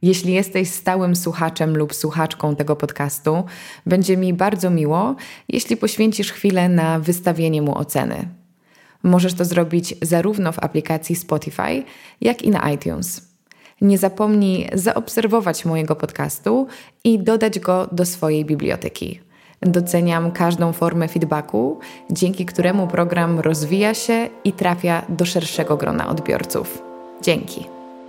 Jeśli jesteś stałym słuchaczem lub słuchaczką tego podcastu, będzie mi bardzo miło, jeśli poświęcisz chwilę na wystawienie mu oceny. Możesz to zrobić zarówno w aplikacji Spotify, jak i na iTunes. Nie zapomnij zaobserwować mojego podcastu i dodać go do swojej biblioteki. Doceniam każdą formę feedbacku, dzięki któremu program rozwija się i trafia do szerszego grona odbiorców. Dzięki.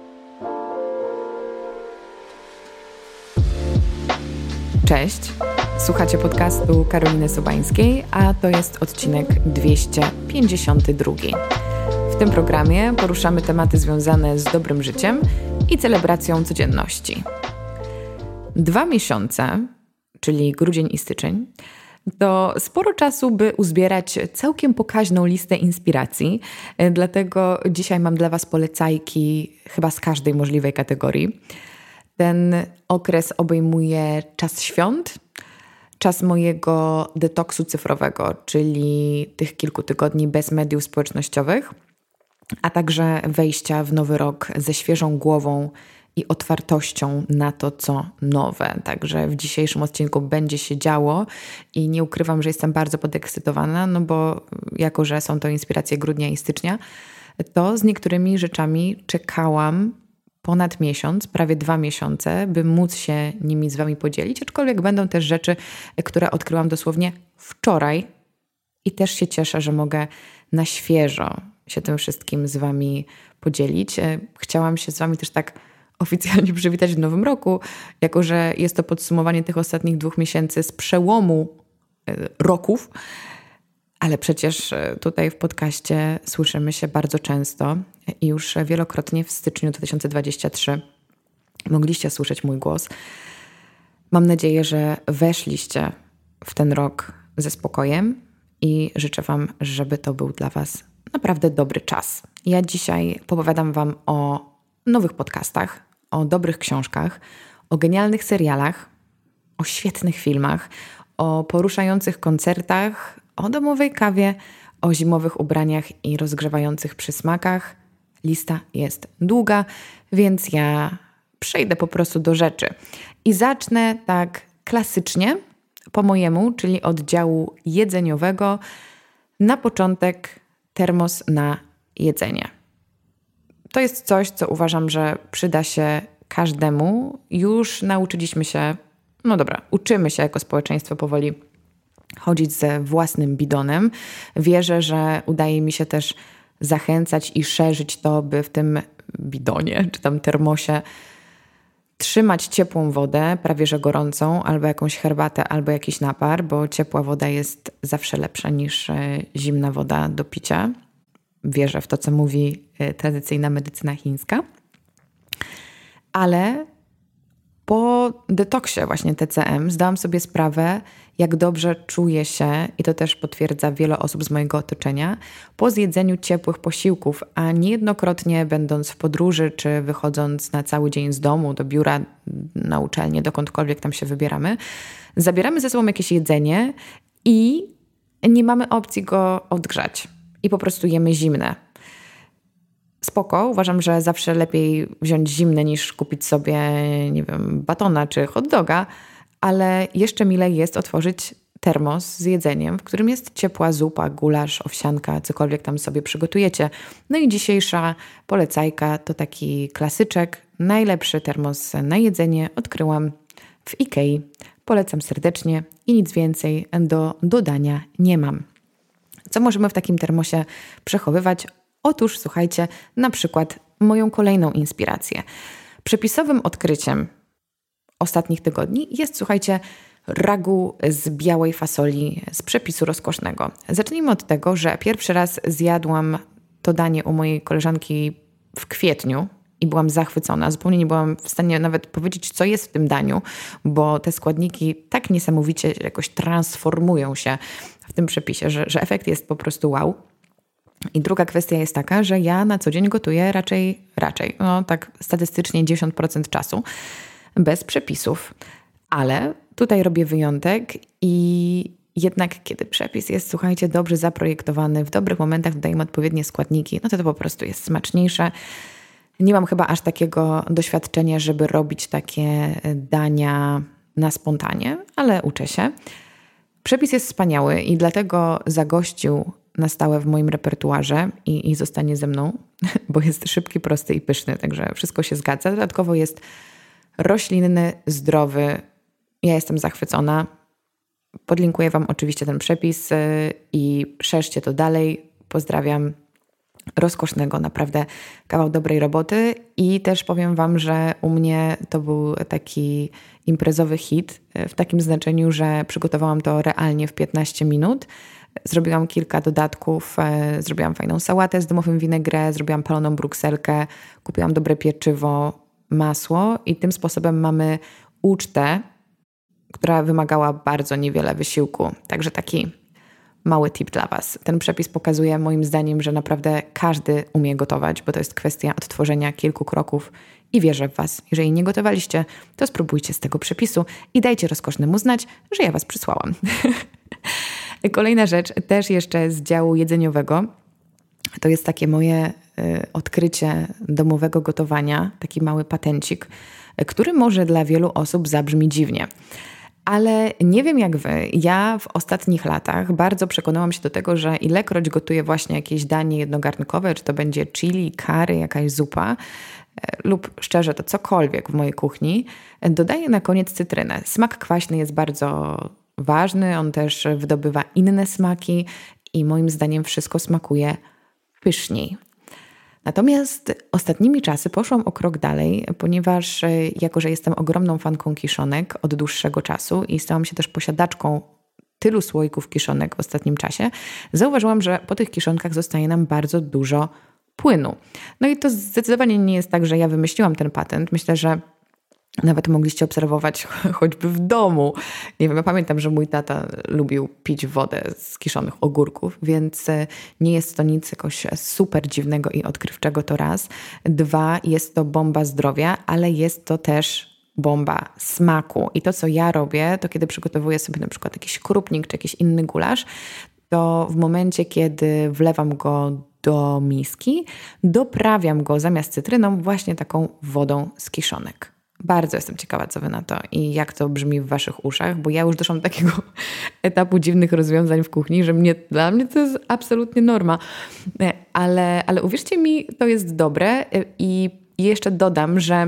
Cześć, słuchacie podcastu Karoliny Sobańskiej, a to jest odcinek 252. W tym programie poruszamy tematy związane z dobrym życiem i celebracją codzienności. 2 miesiące, czyli grudzień i styczeń, to sporo czasu, by uzbierać całkiem pokaźną listę inspiracji, dlatego dzisiaj mam dla Was polecajki chyba z każdej możliwej kategorii. Ten okres obejmuje czas świąt, czas mojego detoksu cyfrowego, czyli tych kilku tygodni bez mediów społecznościowych, a także wejścia w nowy rok ze świeżą głową i otwartością na to, co nowe. Także w dzisiejszym odcinku będzie się działo i nie ukrywam, że jestem bardzo podekscytowana, no bo jako, że są to inspiracje grudnia i stycznia, to z niektórymi rzeczami czekałam ponad miesiąc, prawie 2 miesiące, by móc się nimi z Wami podzielić, aczkolwiek będą też rzeczy, które odkryłam dosłownie wczoraj i też się cieszę, że mogę na świeżo się tym wszystkim z Wami podzielić. Chciałam się z Wami też tak oficjalnie przywitać w nowym roku, jako że jest to podsumowanie tych ostatnich 2 miesięcy z przełomu roków, ale przecież tutaj w podcaście słyszymy się bardzo często i już wielokrotnie w styczniu 2023 mogliście słyszeć mój głos. Mam nadzieję, że weszliście w ten rok ze spokojem i życzę Wam, żeby to był dla Was naprawdę dobry czas. Ja dzisiaj opowiadam Wam o nowych podcastach, o dobrych książkach, o genialnych serialach, o świetnych filmach, o poruszających koncertach, o domowej kawie, o zimowych ubraniach i rozgrzewających przysmakach. Lista jest długa, więc ja przejdę po prostu do rzeczy. I zacznę tak klasycznie, po mojemu, czyli od działu jedzeniowego. Na początek termos na jedzenie. To jest coś, co uważam, że przyda się każdemu. Już nauczyliśmy się, uczymy się jako społeczeństwo powoli chodzić ze własnym bidonem. Wierzę, że udaje mi się też zachęcać i szerzyć to, by w tym bidonie czy tam termosie trzymać ciepłą wodę, prawie że gorącą, albo jakąś herbatę, albo jakiś napar, bo ciepła woda jest zawsze lepsza niż zimna woda do picia. Wierzę w to, co mówi tradycyjna medycyna chińska. Ale po detoksie właśnie TCM zdałam sobie sprawę, jak dobrze czuję się, i to też potwierdza wiele osób z mojego otoczenia, po zjedzeniu ciepłych posiłków, a niejednokrotnie będąc w podróży, czy wychodząc na cały dzień z domu, do biura, na uczelnię, dokądkolwiek tam się wybieramy, zabieramy ze sobą jakieś jedzenie i nie mamy opcji go odgrzać. I po prostu jemy zimne. Spoko, uważam, że zawsze lepiej wziąć zimne niż kupić sobie, batona czy hot doga, ale jeszcze milej jest otworzyć termos z jedzeniem, w którym jest ciepła zupa, gulasz, owsianka, cokolwiek tam sobie przygotujecie. No i dzisiejsza polecajka to taki klasyczek. Najlepszy termos na jedzenie odkryłam w Ikei. Polecam serdecznie i nic więcej do dodania nie mam. Co możemy w takim termosie przechowywać? Otóż, słuchajcie, na przykład moją kolejną inspirację. Przepisowym odkryciem ostatnich tygodni jest, słuchajcie, ragu z białej fasoli z przepisu rozkosznego. Zacznijmy od tego, że pierwszy raz zjadłam to danie u mojej koleżanki w kwietniu i byłam zachwycona. Zupełnie nie byłam w stanie nawet powiedzieć, co jest w tym daniu, bo te składniki tak niesamowicie jakoś transformują się w tym przepisie, że efekt jest po prostu wow. I druga kwestia jest taka, że ja na co dzień gotuję raczej, tak statystycznie 90% czasu bez przepisów. Ale tutaj robię wyjątek i jednak kiedy przepis jest, słuchajcie, dobrze zaprojektowany, w dobrych momentach dodajemy odpowiednie składniki, no to po prostu jest smaczniejsze. Nie mam chyba aż takiego doświadczenia, żeby robić takie dania na spontanie, ale uczę się. Przepis jest wspaniały i dlatego zagościł na stałe w moim repertuarze i zostanie ze mną, bo jest szybki, prosty i pyszny, także wszystko się zgadza. Dodatkowo jest roślinny, zdrowy. Ja jestem zachwycona. Podlinkuję Wam oczywiście ten przepis i szerzcie to dalej. Pozdrawiam. Rozkosznego, naprawdę kawał dobrej roboty i też powiem Wam, że u mnie to był taki imprezowy hit w takim znaczeniu, że przygotowałam to realnie w 15 minut. Zrobiłam kilka dodatków, zrobiłam fajną sałatę z domowym vinaigrette, zrobiłam paloną brukselkę, kupiłam dobre pieczywo, masło i tym sposobem mamy ucztę, która wymagała bardzo niewiele wysiłku. Także taki mały tip dla Was. Ten przepis pokazuje moim zdaniem, że naprawdę każdy umie gotować, bo to jest kwestia odtworzenia kilku kroków i wierzę w Was. Jeżeli nie gotowaliście, to spróbujcie z tego przepisu i dajcie rozkosznemu znać, że ja Was przysłałam. Kolejna rzecz, też jeszcze z działu jedzeniowego, to jest takie moje odkrycie domowego gotowania, taki mały patencik, który może dla wielu osób zabrzmi dziwnie. Ale nie wiem jak Wy, ja w ostatnich latach bardzo przekonałam się do tego, że ilekroć gotuję właśnie jakieś danie jednogarnkowe, czy to będzie chili, curry, jakaś zupa lub szczerze to cokolwiek w mojej kuchni, dodaję na koniec cytrynę. Smak kwaśny jest bardzo ważny, on też wydobywa inne smaki i moim zdaniem wszystko smakuje pyszniej. Natomiast ostatnimi czasy poszłam o krok dalej, ponieważ jako, że jestem ogromną fanką kiszonek od dłuższego czasu i stałam się też posiadaczką tylu słoików kiszonek w ostatnim czasie, zauważyłam, że po tych kiszonkach zostaje nam bardzo dużo płynu. No i to zdecydowanie nie jest tak, że ja wymyśliłam ten patent. Myślę, że nawet mogliście obserwować choćby w domu. Nie wiem, ja pamiętam, że mój tata lubił pić wodę z kiszonych ogórków, więc nie jest to nic jakoś super dziwnego i odkrywczego, to raz. 2, jest to bomba zdrowia, ale jest to też bomba smaku. I to, co ja robię, to kiedy przygotowuję sobie na przykład jakiś krupnik czy jakiś inny gulasz, to w momencie, kiedy wlewam go do miski, doprawiam go zamiast cytryną właśnie taką wodą z kiszonek. Bardzo jestem ciekawa, co Wy na to i jak to brzmi w Waszych uszach, bo ja już doszłam do takiego etapu dziwnych rozwiązań w kuchni, że dla mnie to jest absolutnie norma. Ale uwierzcie mi, to jest dobre i jeszcze dodam, że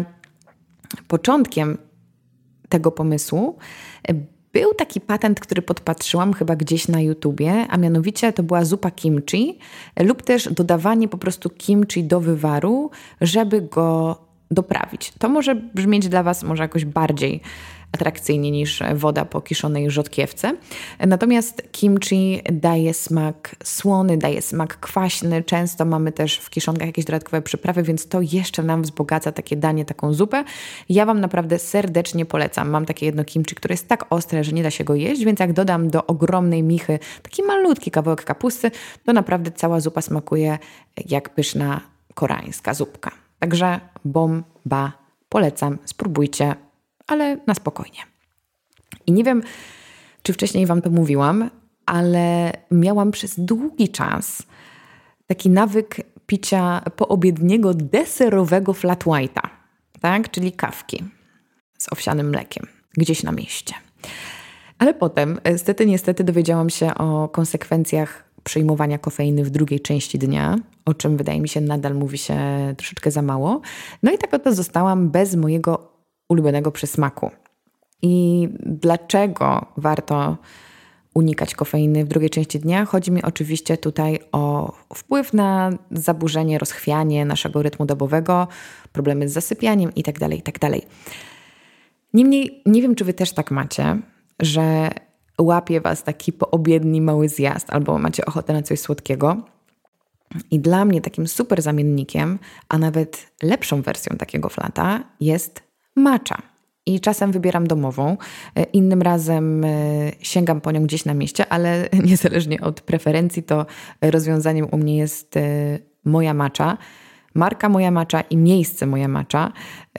początkiem tego pomysłu był taki patent, który podpatrzyłam chyba gdzieś na YouTubie, a mianowicie to była zupa kimchi lub też dodawanie po prostu kimchi do wywaru, żeby go doprawić. To może brzmieć dla Was może jakoś bardziej atrakcyjnie niż woda po kiszonej rzodkiewce. Natomiast kimchi daje smak słony, daje smak kwaśny. Często mamy też w kiszonkach jakieś dodatkowe przyprawy, więc to jeszcze nam wzbogaca takie danie, taką zupę. Ja Wam naprawdę serdecznie polecam. Mam takie jedno kimchi, które jest tak ostre, że nie da się go jeść, więc jak dodam do ogromnej michy taki malutki kawałek kapusty, to naprawdę cała zupa smakuje jak pyszna koreańska zupka. Także bomba, polecam, spróbujcie, ale na spokojnie. I nie wiem, czy wcześniej Wam to mówiłam, ale miałam przez długi czas taki nawyk picia poobiedniego deserowego flat white'a, tak? Czyli kawki z owsianym mlekiem, gdzieś na mieście. Ale potem, niestety dowiedziałam się o konsekwencjach przyjmowania kofeiny w drugiej części dnia, o czym wydaje mi się nadal mówi się troszeczkę za mało. No i tak oto zostałam bez mojego ulubionego przysmaku. I dlaczego warto unikać kofeiny w drugiej części dnia? Chodzi mi oczywiście tutaj o wpływ na zaburzenie, rozchwianie naszego rytmu dobowego, problemy z zasypianiem itd., itd. Niemniej nie wiem, czy Wy też tak macie, że łapie Was taki poobiedni mały zjazd albo macie ochotę na coś słodkiego. I dla mnie takim super zamiennikiem, a nawet lepszą wersją takiego flata jest matcha. I czasem wybieram domową, innym razem sięgam po nią gdzieś na mieście, ale niezależnie od preferencji to rozwiązaniem u mnie jest Moja Matcha, marka Moja Matcha i miejsce Moja Matcha,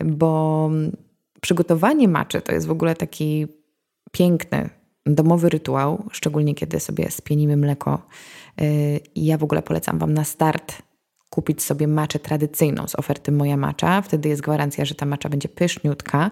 bo przygotowanie matchy to jest w ogóle taki piękny, domowy rytuał, szczególnie kiedy sobie spienimy mleko. I ja w ogóle polecam Wam na start kupić sobie maczę tradycyjną z oferty Moja Macza. Wtedy jest gwarancja, że ta macza będzie pyszniutka.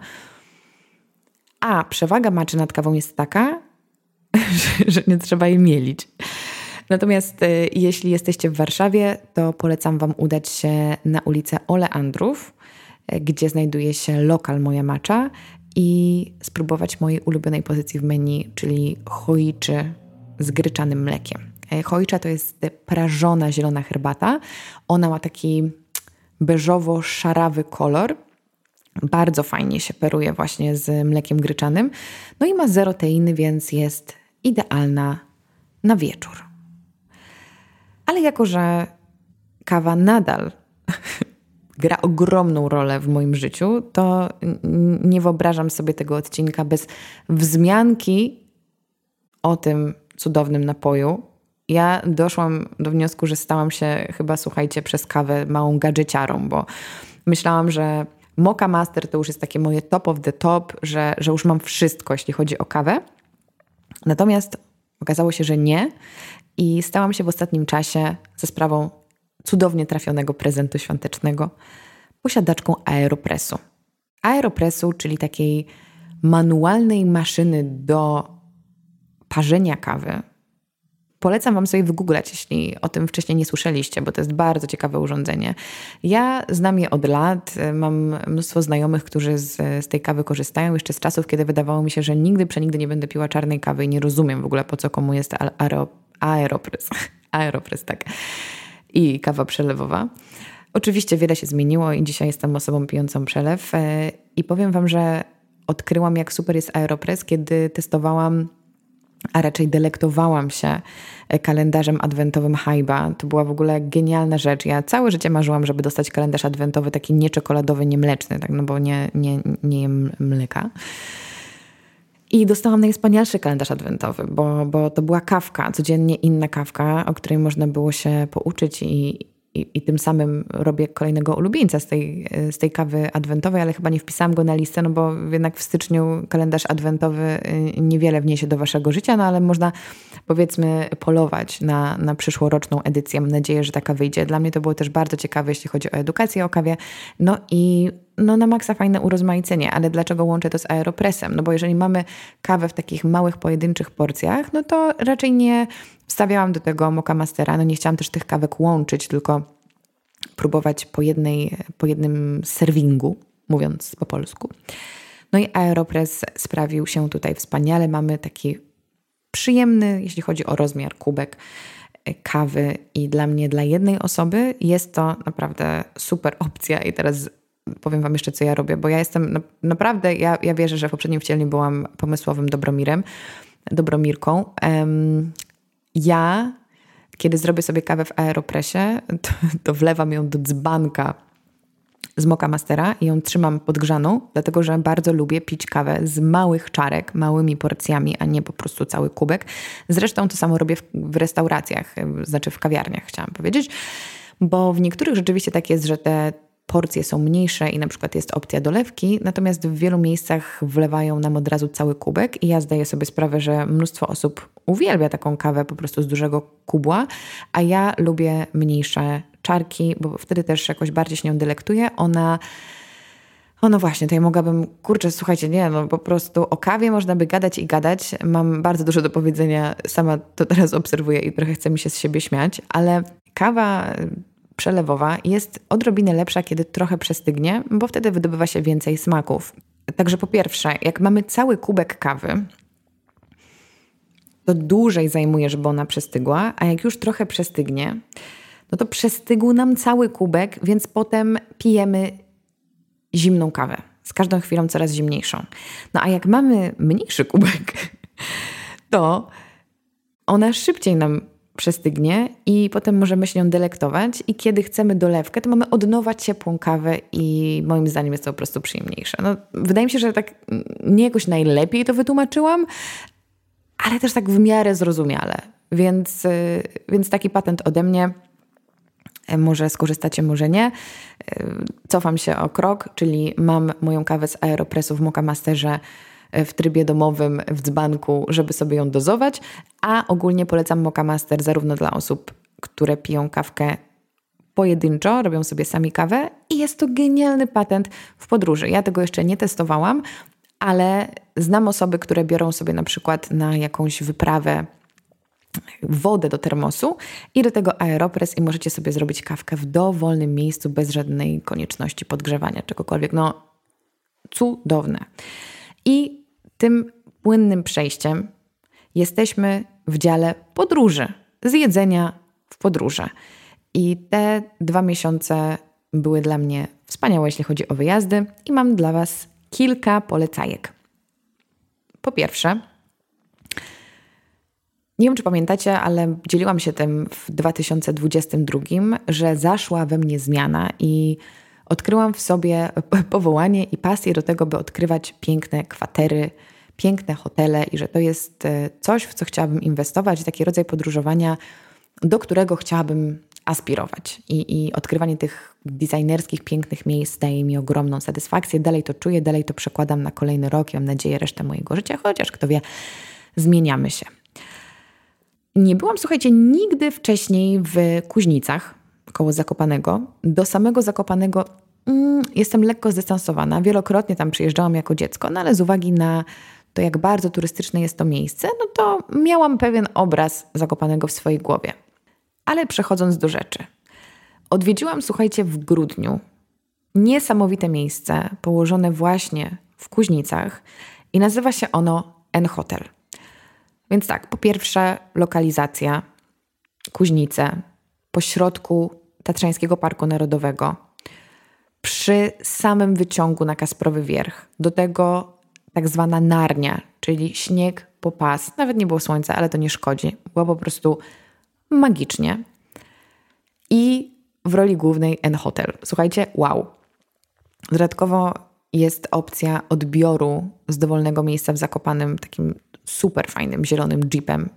A przewaga maczy nad kawą jest taka, że nie trzeba jej mielić. Natomiast jeśli jesteście w Warszawie, to polecam Wam udać się na ulicę Oleandrów, gdzie znajduje się lokal Moja Macza i spróbować mojej ulubionej pozycji w menu, czyli choiczy z gryczanym mlekiem. Choicza to jest prażona zielona herbata. Ona ma taki beżowo-szarawy kolor. Bardzo fajnie się peruje właśnie z mlekiem gryczanym. No i ma 0 teiny, więc jest idealna na wieczór. Ale jako że kawa nadal gra ogromną rolę w moim życiu, to nie wyobrażam sobie tego odcinka bez wzmianki o tym cudownym napoju. Ja doszłam do wniosku, że stałam się chyba, słuchajcie, przez kawę małą gadżeciarą, bo myślałam, że Moka Master to już jest takie moje top of the top, że już mam wszystko, jeśli chodzi o kawę. Natomiast okazało się, że nie i stałam się w ostatnim czasie za sprawą cudownie trafionego prezentu świątecznego posiadaczką Aeropressu. Aeropressu, czyli takiej manualnej maszyny do parzenia kawy. Polecam Wam sobie wygooglać, jeśli o tym wcześniej nie słyszeliście, bo to jest bardzo ciekawe urządzenie. Ja znam je od lat, mam mnóstwo znajomych, którzy z tej kawy korzystają, jeszcze z czasów, kiedy wydawało mi się, że nigdy przenigdy nie będę piła czarnej kawy i nie rozumiem w ogóle, po co komu jest Aeropress. Aeropress, tak. I kawa przelewowa. Oczywiście wiele się zmieniło i dzisiaj jestem osobą pijącą przelew i powiem Wam, że odkryłam, jak super jest Aeropress, kiedy testowałam, a raczej delektowałam się kalendarzem adwentowym Haiba. To była w ogóle genialna rzecz. Ja całe życie marzyłam, żeby dostać kalendarz adwentowy, taki nie czekoladowy, nie mleczny, tak, no bo nie jem mleka. I dostałam najwspanialszy kalendarz adwentowy, bo to była kawka, codziennie inna kawka, o której można było się pouczyć i tym samym robię kolejnego ulubieńca z tej kawy adwentowej, ale chyba nie wpisałam go na listę, no bo jednak w styczniu kalendarz adwentowy niewiele wniesie do waszego życia, no ale można, powiedzmy, polować na przyszłoroczną edycję. Mam nadzieję, że taka wyjdzie. Dla mnie to było też bardzo ciekawe, jeśli chodzi o edukację o kawie. No i na maksa fajne urozmaicenie, ale dlaczego łączę to z Aeropressem? No bo jeżeli mamy kawę w takich małych, pojedynczych porcjach, no to raczej nie wstawiałam do tego Moka Mastera, no nie chciałam też tych kawek łączyć, tylko próbować po jednym serwingu, mówiąc po polsku. No i Aeropress sprawił się tutaj wspaniale. Mamy taki przyjemny, jeśli chodzi o rozmiar, kubek kawy i dla mnie, dla jednej osoby jest to naprawdę super opcja i teraz powiem Wam jeszcze, co ja robię, bo ja jestem naprawdę, ja wierzę, że w poprzednim wcieleniu byłam pomysłowym Dobromirką. Ja, kiedy zrobię sobie kawę w Aeropressie, to wlewam ją do dzbanka z Moka Mastera i ją trzymam podgrzaną, dlatego że bardzo lubię pić kawę z małych czarek, małymi porcjami, a nie po prostu cały kubek. Zresztą to samo robię w restauracjach, znaczy w kawiarniach, chciałam powiedzieć, bo w niektórych rzeczywiście tak jest, że te porcje są mniejsze i na przykład jest opcja dolewki, natomiast w wielu miejscach wlewają nam od razu cały kubek i ja zdaję sobie sprawę, że mnóstwo osób uwielbia taką kawę po prostu z dużego kubła, a ja lubię mniejsze czarki, bo wtedy też jakoś bardziej się nią delektuję. Ona właśnie, tutaj mogłabym, słuchajcie, po prostu o kawie można by gadać i gadać. Mam bardzo dużo do powiedzenia, sama to teraz obserwuję i trochę chce mi się z siebie śmiać, ale kawa przelewowa jest odrobinę lepsza, kiedy trochę przestygnie, bo wtedy wydobywa się więcej smaków. Także po pierwsze, jak mamy cały kubek kawy, to dłużej zajmuje, żeby ona przestygła, a jak już trochę przestygnie, no to przestygł nam cały kubek, więc potem pijemy zimną kawę. Z każdą chwilą coraz zimniejszą. No a jak mamy mniejszy kubek, to ona szybciej nam przestygnie i potem możemy się nią delektować i kiedy chcemy dolewkę, to mamy od nowa ciepłą kawę i moim zdaniem jest to po prostu przyjemniejsze. No, wydaje mi się, że tak nie jakoś najlepiej to wytłumaczyłam, ale też tak w miarę zrozumiale. Więc taki patent ode mnie. Może skorzystacie, może nie. Cofam się o krok, czyli mam moją kawę z Aeropressu w Moka Masterze w trybie domowym, w dzbanku, żeby sobie ją dozować, a ogólnie polecam Moka Master zarówno dla osób, które piją kawkę pojedynczo, robią sobie sami kawę i jest to genialny patent w podróży. Ja tego jeszcze nie testowałam, ale znam osoby, które biorą sobie na przykład na jakąś wyprawę wodę do termosu i do tego AeroPress i możecie sobie zrobić kawkę w dowolnym miejscu bez żadnej konieczności podgrzewania czegokolwiek. No, cudowne. I tym płynnym przejściem jesteśmy w dziale podróży, z jedzenia w podróże. I te 2 miesiące były dla mnie wspaniałe, jeśli chodzi o wyjazdy i mam dla Was kilka polecajek. Po pierwsze, nie wiem, czy pamiętacie, ale dzieliłam się tym w 2022, że zaszła we mnie zmiana i odkryłam w sobie powołanie i pasję do tego, by odkrywać piękne kwatery, piękne hotele i że to jest coś, w co chciałabym inwestować, taki rodzaj podróżowania, do którego chciałabym aspirować. I odkrywanie tych designerskich, pięknych miejsc daje mi ogromną satysfakcję. Dalej to czuję, dalej to przekładam na kolejny rok i mam nadzieję resztę mojego życia, chociaż kto wie, zmieniamy się. Nie byłam, słuchajcie, nigdy wcześniej w Kuźnicach, koło Zakopanego. Do samego Zakopanego jestem lekko zdystansowana. Wielokrotnie tam przyjeżdżałam jako dziecko, no ale z uwagi na to, jak bardzo turystyczne jest to miejsce, no to miałam pewien obraz Zakopanego w swojej głowie. Ale przechodząc do rzeczy. Odwiedziłam, słuchajcie, w grudniu niesamowite miejsce położone właśnie w Kuźnicach i nazywa się ono N-Hotel. Więc tak, po pierwsze lokalizacja, Kuźnice, pośrodku Tatrzańskiego Parku Narodowego, przy samym wyciągu na Kasprowy Wierch, do tego tak zwana Narnia, czyli śnieg po pas. Nawet nie było słońca, ale to nie szkodzi. Było po prostu magicznie. I w roli głównej N-Hotel. Słuchajcie, wow. Dodatkowo jest opcja odbioru z dowolnego miejsca w Zakopanem takim super fajnym, zielonym jeepem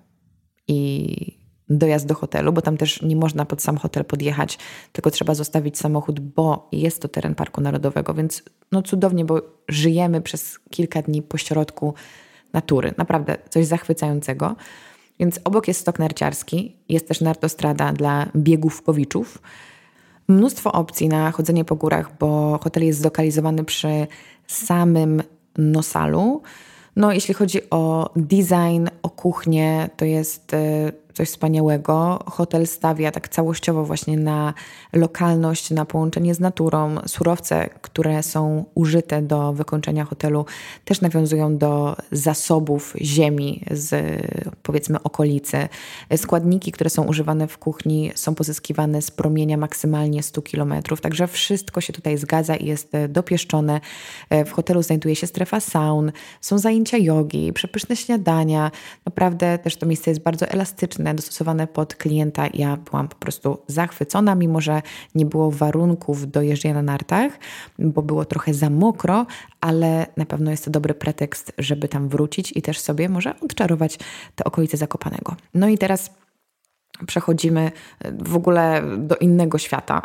i dojazd do hotelu, bo tam też nie można pod sam hotel podjechać, tylko trzeba zostawić samochód, bo jest to teren Parku Narodowego, więc no cudownie, bo żyjemy przez kilka dni pośrodku natury. Naprawdę coś zachwycającego. Więc obok jest stok narciarski, jest też nartostrada dla biegówkowiczów. Mnóstwo opcji na chodzenie po górach, bo hotel jest zlokalizowany przy samym Nosalu. No, jeśli chodzi o design, o kuchnię, to jest coś wspaniałego. Hotel stawia tak całościowo właśnie na lokalność, na połączenie z naturą. Surowce, które są użyte do wykończenia hotelu, też nawiązują do zasobów ziemi z, powiedzmy, okolicy. Składniki, które są używane w kuchni, są pozyskiwane z promienia maksymalnie 100 km. Także wszystko się tutaj zgadza i jest dopieszczone. W hotelu znajduje się strefa saun, są zajęcia jogi, przepyszne śniadania. Naprawdę też to miejsce jest bardzo elastyczne, dostosowane pod klienta. Ja byłam po prostu zachwycona, mimo że nie było warunków do jeżdżenia na nartach, bo było trochę za mokro, ale na pewno jest to dobry pretekst, żeby tam wrócić i też sobie może odczarować te okolice Zakopanego. No i teraz przechodzimy w ogóle do innego świata,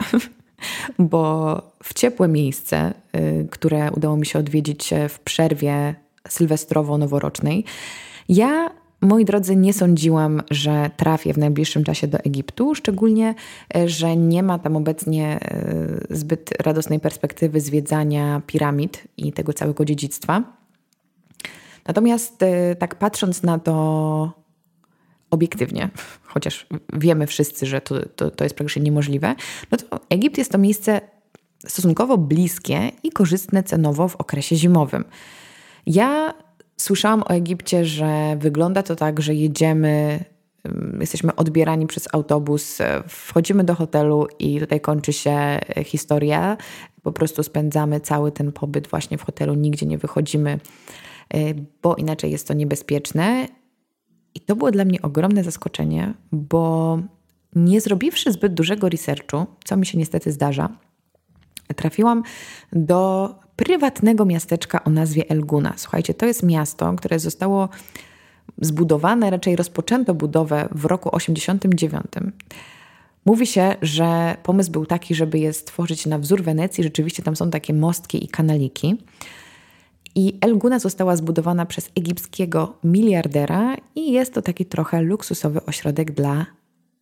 bo w ciepłe miejsce, które udało mi się odwiedzić w przerwie sylwestrowo-noworocznej, ja, moi drodzy, nie sądziłam, że trafię w najbliższym czasie do Egiptu, szczególnie, że nie ma tam obecnie zbyt radosnej perspektywy zwiedzania piramid i tego całego dziedzictwa. Natomiast tak patrząc na to obiektywnie, chociaż wiemy wszyscy, że to jest praktycznie niemożliwe, no to Egipt jest to miejsce stosunkowo bliskie i korzystne cenowo w okresie zimowym. Ja słyszałam o Egipcie, że wygląda to tak, że jesteśmy odbierani przez autobus, wchodzimy do hotelu i tutaj kończy się historia. Po prostu spędzamy cały ten pobyt właśnie w hotelu, nigdzie nie wychodzimy, bo inaczej jest to niebezpieczne. I to było dla mnie ogromne zaskoczenie, bo nie zrobiwszy zbyt dużego researchu, co mi się niestety zdarza, trafiłam do prywatnego miasteczka o nazwie El Guna. Słuchajcie, to jest miasto, które zostało zbudowane, raczej rozpoczęto budowę w roku 1989. Mówi się, że pomysł był taki, żeby je stworzyć na wzór Wenecji. Rzeczywiście tam są takie mostki i kanaliki. I El Guna została zbudowana przez egipskiego miliardera i jest to taki trochę luksusowy ośrodek dla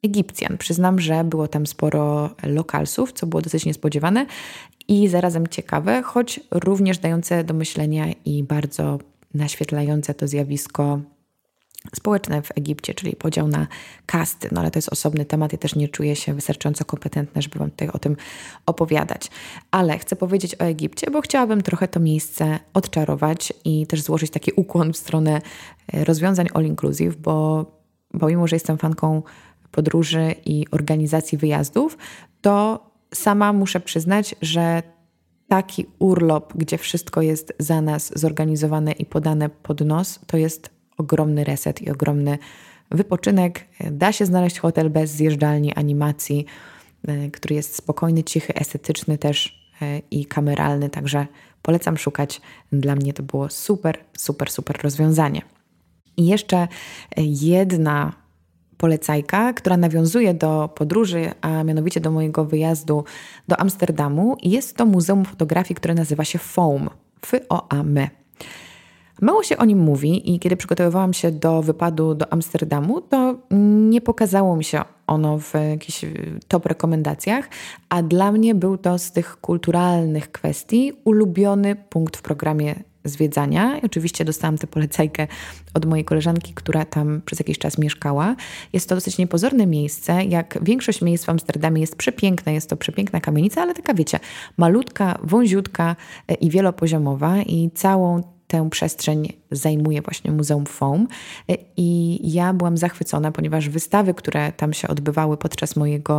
Egipcjan. Przyznam, że było tam sporo lokalsów, co było dosyć niespodziewane i zarazem ciekawe, choć również dające do myślenia i bardzo naświetlające to zjawisko społeczne w Egipcie, czyli podział na kasty. No ale to jest osobny temat. Ja też nie czuję się wystarczająco kompetentna, żeby Wam tutaj o tym opowiadać. Ale chcę powiedzieć o Egipcie, bo chciałabym trochę to miejsce odczarować i też złożyć taki ukłon w stronę rozwiązań all inclusive, bo mimo, że jestem fanką podróży i organizacji wyjazdów, to sama muszę przyznać, że taki urlop, gdzie wszystko jest za nas zorganizowane i podane pod nos, to jest ogromny reset i ogromny wypoczynek. Da się znaleźć hotel bez zjeżdżalni, animacji, który jest spokojny, cichy, estetyczny też i kameralny, także polecam szukać. Dla mnie to było super, super, super rozwiązanie. I jeszcze jedna polecajka, która nawiązuje do podróży, a mianowicie do mojego wyjazdu do Amsterdamu. Jest to Muzeum Fotografii, które nazywa się FOAM. FOAM. Mało się o nim mówi i kiedy przygotowywałam się do wypadu do Amsterdamu, to nie pokazało mi się ono w jakichś top rekomendacjach, a dla mnie był to z tych kulturalnych kwestii ulubiony punkt w programie zwiedzania. I oczywiście dostałam tę polecajkę od mojej koleżanki, która tam przez jakiś czas mieszkała. Jest to dosyć niepozorne miejsce. Jak większość miejsc w Amsterdamie jest przepiękne, jest to przepiękna kamienica, ale taka wiecie, malutka, wąziutka i wielopoziomowa i całą tę przestrzeń zajmuje właśnie Muzeum FOAM i ja byłam zachwycona, ponieważ wystawy, które tam się odbywały podczas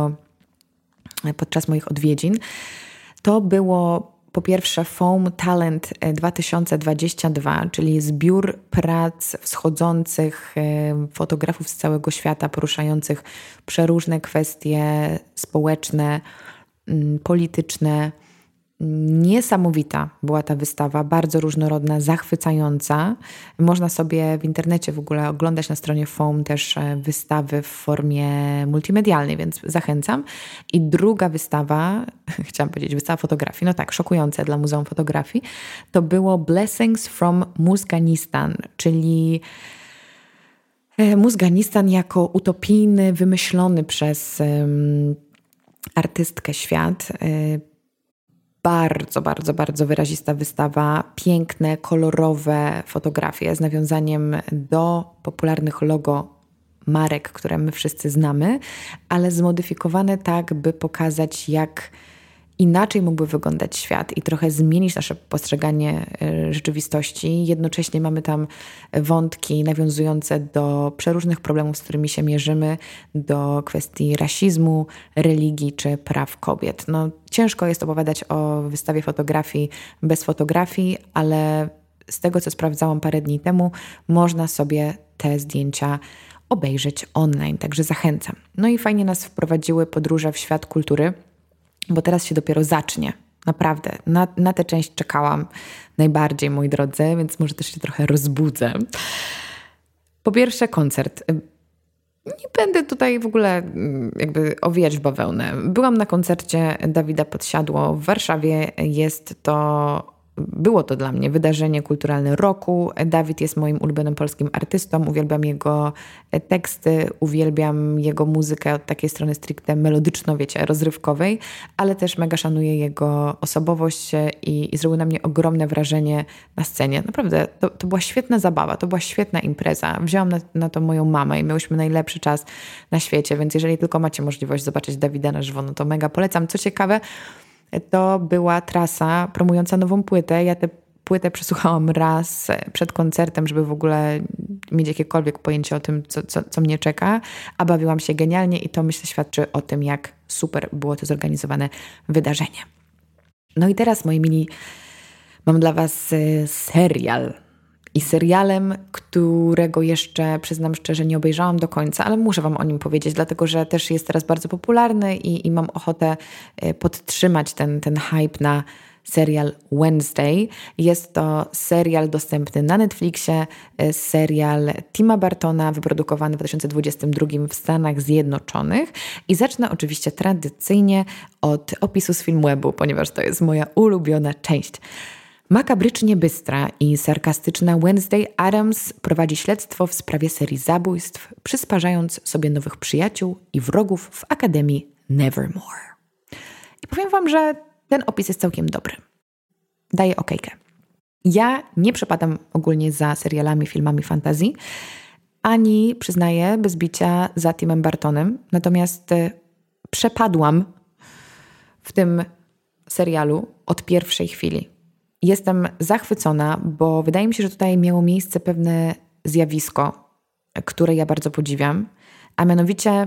moich odwiedzin, to było po pierwsze FOAM Talent 2022, czyli zbiór prac wschodzących fotografów z całego świata, poruszających przeróżne kwestie społeczne, polityczne. Niesamowita była ta wystawa, bardzo różnorodna, zachwycająca. Można sobie w internecie w ogóle oglądać na stronie FOAM też wystawy w formie multimedialnej, więc zachęcam. I druga wystawa, chciałam powiedzieć wystawa fotografii, no tak, szokujące dla Muzeum Fotografii, to było Blessings from Muzganistan, czyli Muzganistan jako utopijny, wymyślony przez artystkę świat. Bardzo, bardzo, bardzo wyrazista wystawa, piękne, kolorowe fotografie z nawiązaniem do popularnych logo marek, które my wszyscy znamy, ale zmodyfikowane tak, by pokazać, jak inaczej mógłby wyglądać świat i trochę zmienić nasze postrzeganie rzeczywistości. Jednocześnie mamy tam wątki nawiązujące do przeróżnych problemów, z którymi się mierzymy, do kwestii rasizmu, religii czy praw kobiet. No, ciężko jest opowiadać o wystawie fotografii bez fotografii, ale z tego, co sprawdzałam parę dni temu, można sobie te zdjęcia obejrzeć online, także zachęcam. No i fajnie nas wprowadziły podróże w świat kultury, bo teraz się dopiero zacznie. Naprawdę, na tę część czekałam najbardziej, moi drodzy, więc może też się trochę rozbudzę. Po pierwsze koncert. Nie będę tutaj w ogóle jakby owijać w bawełnę. Byłam na koncercie Dawida Podsiadło w Warszawie. Było to dla mnie wydarzenie kulturalne roku. Dawid jest moim ulubionym polskim artystą. Uwielbiam jego teksty, uwielbiam jego muzykę od takiej strony stricte melodyczno, wiecie, rozrywkowej, ale też mega szanuję jego osobowość i zrobił na mnie ogromne wrażenie na scenie. Naprawdę, to była świetna zabawa, to była świetna impreza. Wzięłam na to moją mamę i miałyśmy najlepszy czas na świecie, więc jeżeli tylko macie możliwość zobaczyć Dawida na żywo, no to mega polecam. Co ciekawe, to była trasa promująca nową płytę. Ja tę płytę przesłuchałam raz przed koncertem, żeby w ogóle mieć jakiekolwiek pojęcie o tym, co mnie czeka, a bawiłam się genialnie i to myślę świadczy o tym, jak super było to zorganizowane wydarzenie. No i teraz, moi mili, mam dla Was serial. I serialem, którego jeszcze, przyznam szczerze, nie obejrzałam do końca, ale muszę Wam o nim powiedzieć, dlatego że też jest teraz bardzo popularny i mam ochotę podtrzymać ten hype na serial Wednesday. Jest to serial dostępny na Netflixie, serial Tima Burtona, wyprodukowany w 2022 w Stanach Zjednoczonych. I zacznę oczywiście tradycyjnie od opisu z Filmwebu, ponieważ to jest moja ulubiona część. Makabrycznie bystra i sarkastyczna Wednesday Addams prowadzi śledztwo w sprawie serii zabójstw, przysparzając sobie nowych przyjaciół i wrogów w Akademii Nevermore. I powiem wam, że ten opis jest całkiem dobry. Daję okejkę. Ja nie przepadam ogólnie za serialami, filmami fantazji, ani, przyznaję, bez bicia za Timem Burtonem. Natomiast przepadłam w tym serialu od pierwszej chwili. Jestem zachwycona, bo wydaje mi się, że tutaj miało miejsce pewne zjawisko, które ja bardzo podziwiam, a mianowicie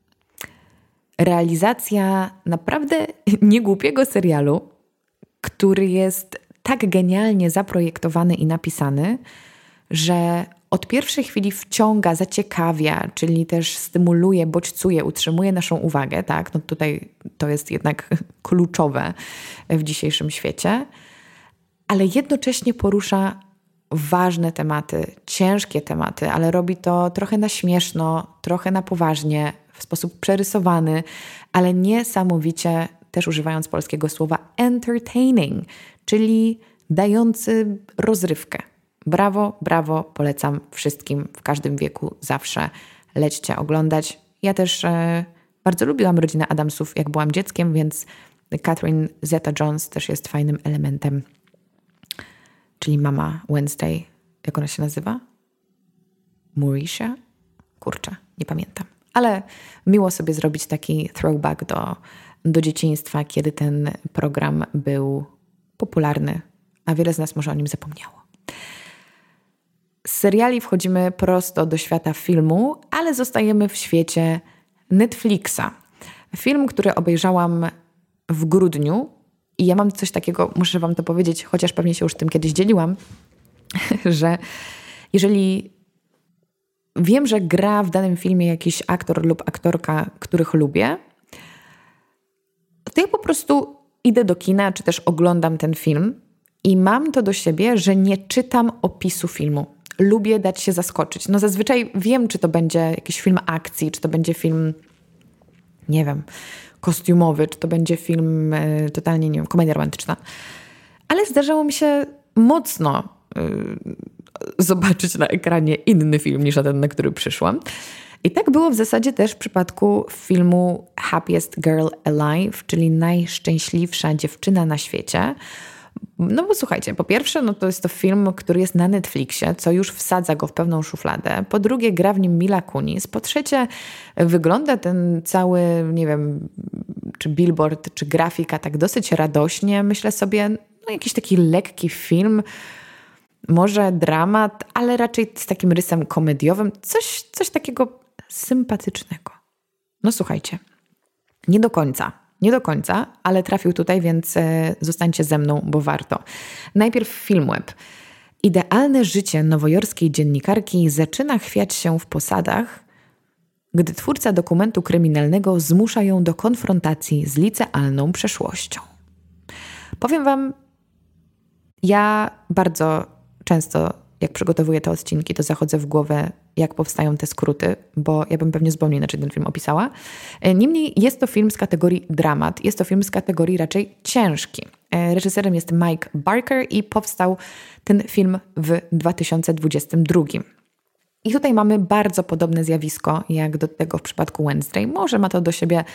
realizacja naprawdę niegłupiego serialu, który jest tak genialnie zaprojektowany i napisany, że od pierwszej chwili wciąga, zaciekawia, czyli też stymuluje, bodźcuje, utrzymuje naszą uwagę. Tak? No tutaj to jest jednak kluczowe w dzisiejszym świecie, ale jednocześnie porusza ważne tematy, ciężkie tematy, ale robi to trochę na śmieszno, trochę na poważnie, w sposób przerysowany, ale niesamowicie, też używając polskiego słowa, entertaining, czyli dający rozrywkę. Brawo, brawo, polecam wszystkim w każdym wieku, zawsze lećcie oglądać. Ja też bardzo lubiłam rodzinę Addamsów, jak byłam dzieckiem, więc Catherine Zeta-Jones też jest fajnym elementem, czyli mama Wednesday. Jak ona się nazywa? Mauricia? Kurczę, nie pamiętam. Ale miło sobie zrobić taki throwback do dzieciństwa, kiedy ten program był popularny, a wiele z nas może o nim zapomniało. Z seriali wchodzimy prosto do świata filmu, ale zostajemy w świecie Netflixa. Film, który obejrzałam w grudniu i ja mam coś takiego, muszę wam to powiedzieć, chociaż pewnie się już tym kiedyś dzieliłam, że jeżeli wiem, że gra w danym filmie jakiś aktor lub aktorka, których lubię, to ja po prostu idę do kina, czy też oglądam ten film i mam to do siebie, że nie czytam opisu filmu. Lubię dać się zaskoczyć. No zazwyczaj wiem, czy to będzie jakiś film akcji, czy to będzie film, nie wiem, kostiumowy, czy to będzie film totalnie, nie wiem, komedia romantyczna. Ale zdarzało mi się mocno zobaczyć na ekranie inny film niż ten, na który przyszłam. I tak było w zasadzie też w przypadku filmu Happiest Girl Alive, czyli najszczęśliwsza dziewczyna na świecie. No bo słuchajcie, po pierwsze, no to jest to film, który jest na Netflixie, co już wsadza go w pewną szufladę. Po drugie, gra w nim Mila Kunis. Po trzecie, wygląda ten cały, nie wiem, czy billboard, czy grafika tak dosyć radośnie. Myślę sobie, no jakiś taki lekki film, może dramat, ale raczej z takim rysem komediowym. Coś takiego sympatycznego. No słuchajcie, nie do końca, ale trafił tutaj, więc zostańcie ze mną, bo warto. Najpierw Filmweb. Idealne życie nowojorskiej dziennikarki zaczyna chwiać się w posadach, gdy twórca dokumentu kryminalnego zmusza ją do konfrontacji z licealną przeszłością. Powiem wam, ja bardzo często, jak przygotowuję te odcinki, to zachodzę w głowę, jak powstają te skróty, bo ja bym pewnie zupełnie inaczej ten film opisała. Niemniej jest to film z kategorii dramat, jest to film z kategorii raczej ciężki. Reżyserem jest Mike Barker i powstał ten film w 2022. I tutaj mamy bardzo podobne zjawisko, jak do tego w przypadku Wednesday. Może ma to do siebie,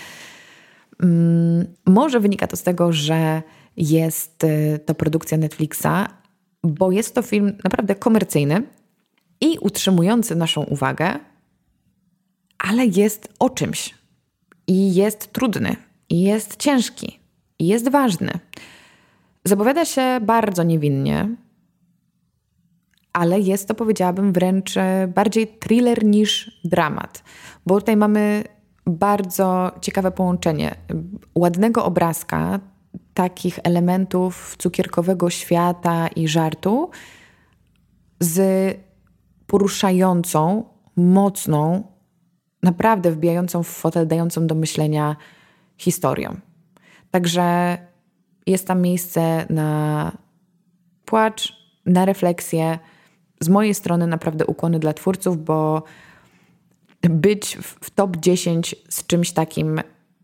może wynika to z tego, że jest to produkcja Netflixa, bo jest to film naprawdę komercyjny i utrzymujący naszą uwagę, ale jest o czymś. I jest trudny, i jest ciężki, i jest ważny. Zapowiada się bardzo niewinnie, ale jest to, powiedziałabym, wręcz bardziej thriller niż dramat. Bo tutaj mamy bardzo ciekawe połączenie ładnego obrazka, takich elementów cukierkowego świata i żartu z poruszającą, mocną, naprawdę wbijającą w fotel, dającą do myślenia historią. Także jest tam miejsce na płacz, na refleksję. Z mojej strony naprawdę ukłony dla twórców, bo być w top 10 z czymś takim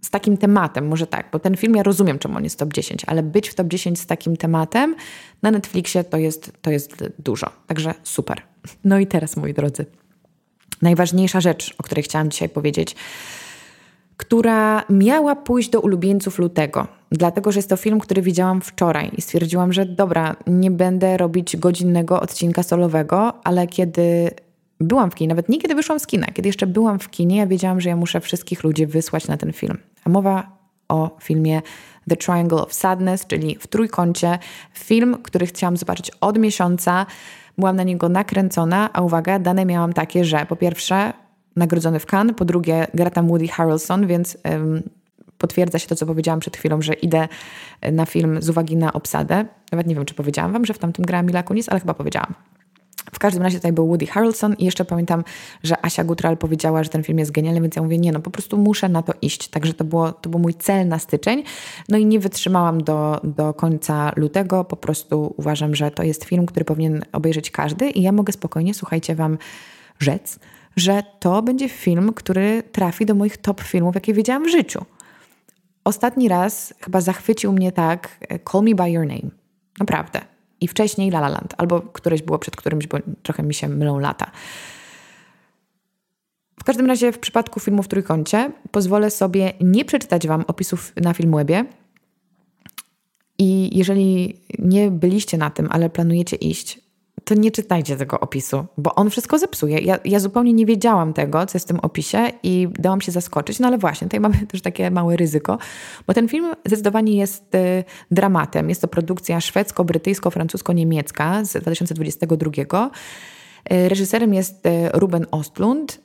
z takim tematem, może tak, bo ten film ja rozumiem, czemu on jest top 10, ale być w top 10 z takim tematem na Netflixie to jest dużo. Także super. No i teraz, moi drodzy, najważniejsza rzecz, o której chciałam dzisiaj powiedzieć, która miała pójść do ulubieńców lutego, dlatego, że jest to film, który widziałam wczoraj i stwierdziłam, że dobra, nie będę robić godzinnego odcinka solowego, ale kiedy byłam w kinie, nawet nie kiedy wyszłam z kina, kiedy jeszcze byłam w kinie, ja wiedziałam, że ja muszę wszystkich ludzi wysłać na ten film. A mowa o filmie The Triangle of Sadness, czyli W trójkącie. Film, który chciałam zobaczyć od miesiąca. Byłam na niego nakręcona, a uwaga, dane miałam takie, że po pierwsze nagrodzony w Cannes, po drugie gra tam Woody Harrelson, więc potwierdza się to, co powiedziałam przed chwilą, że idę na film z uwagi na obsadę. Nawet nie wiem, czy powiedziałam wam, że w tamtym grała Mila Kunis, ale chyba powiedziałam. W każdym razie tutaj był Woody Harrelson i jeszcze pamiętam, że Asia Gutral powiedziała, że ten film jest genialny, więc ja mówię, nie no, po prostu muszę na to iść. Także to był mój cel na styczeń. No i nie wytrzymałam do końca lutego. Po prostu uważam, że to jest film, który powinien obejrzeć każdy i ja mogę spokojnie, słuchajcie, wam rzec, że to będzie film, który trafi do moich top filmów, jakie widziałam w życiu. Ostatni raz chyba zachwycił mnie tak Call Me By Your Name. Naprawdę. I wcześniej La La Land. Albo któreś było przed którymś, bo trochę mi się mylą lata. W każdym razie w przypadku filmu W trójkącie pozwolę sobie nie przeczytać wam opisów na Filmwebie. I jeżeli nie byliście na tym, ale planujecie iść, to nie czytajcie tego opisu, bo on wszystko zepsuje. Ja zupełnie nie wiedziałam tego, co jest w tym opisie i dałam się zaskoczyć, no ale właśnie, tutaj mamy też takie małe ryzyko, bo ten film zdecydowanie jest dramatem. Jest to produkcja szwedzko-brytyjsko-francusko-niemiecka z 2022. Reżyserem jest Ruben Östlund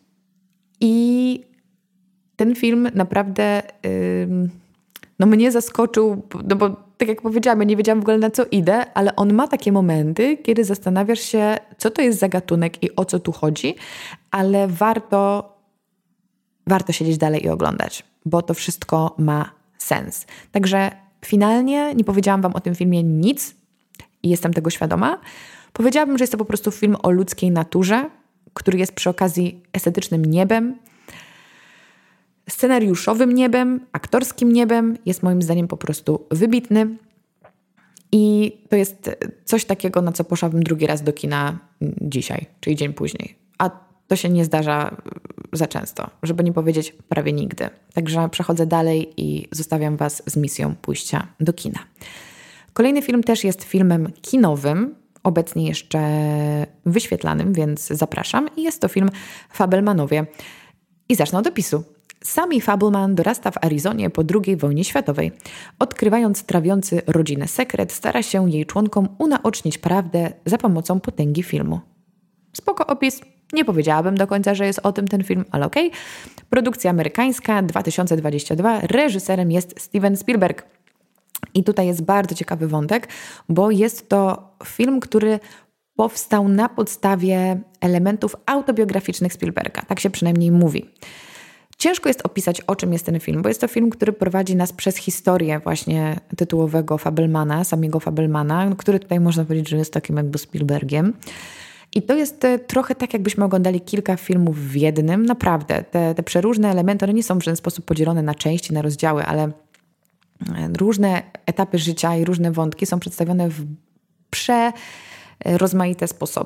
i ten film naprawdę mnie zaskoczył, no bo tak jak powiedziałam, ja nie wiedziałam w ogóle na co idę, ale on ma takie momenty, kiedy zastanawiasz się, co to jest za gatunek i o co tu chodzi, ale warto siedzieć dalej i oglądać, bo to wszystko ma sens. Także finalnie nie powiedziałam wam o tym filmie nic i jestem tego świadoma. Powiedziałabym, że jest to po prostu film o ludzkiej naturze, który jest przy okazji estetycznym niebem, scenariuszowym niebem, aktorskim niebem, jest moim zdaniem po prostu wybitny i to jest coś takiego, na co poszłabym drugi raz do kina dzisiaj, czyli dzień później. A to się nie zdarza za często, żeby nie powiedzieć prawie nigdy. Także przechodzę dalej i zostawiam was z misją pójścia do kina. Kolejny film też jest filmem kinowym, obecnie jeszcze wyświetlanym, więc zapraszam. I jest to film Fabelmanowie. I zacznę od opisu. Sammy Fabelman dorasta w Arizonie po II wojnie światowej. Odkrywając trawiący rodzinę sekret, stara się jej członkom unaocznić prawdę za pomocą potęgi filmu. Spoko opis. Nie powiedziałabym do końca, że jest o tym ten film, ale okej. Produkcja amerykańska 2022. Reżyserem jest Steven Spielberg. I tutaj jest bardzo ciekawy wątek, bo jest to film, który powstał na podstawie elementów autobiograficznych Spielberga. Tak się przynajmniej mówi. Ciężko jest opisać, o czym jest ten film, bo jest to film, który prowadzi nas przez historię właśnie tytułowego Fabelmana, samego Fabelmana, który tutaj można powiedzieć, że jest takim jakby Spielbergiem. I to jest trochę tak, jakbyśmy oglądali kilka filmów w jednym. Naprawdę, te przeróżne elementy, one nie są w żaden sposób podzielone na części, na rozdziały, ale różne etapy życia i różne wątki są przedstawione w przerozmaite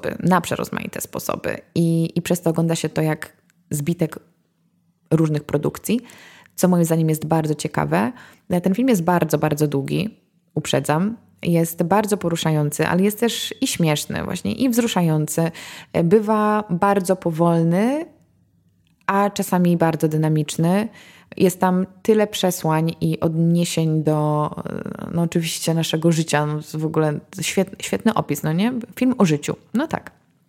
sposoby. I przez to ogląda się to jak zbitek różnych produkcji, co moim zdaniem jest bardzo ciekawe. Ten film jest bardzo, bardzo długi, uprzedzam. Jest bardzo poruszający, ale jest też i śmieszny właśnie, i wzruszający. Bywa bardzo powolny, a czasami bardzo dynamiczny. Jest tam tyle przesłań i odniesień do oczywiście naszego życia. No, w ogóle świetny opis, no nie? Film o życiu, no tak.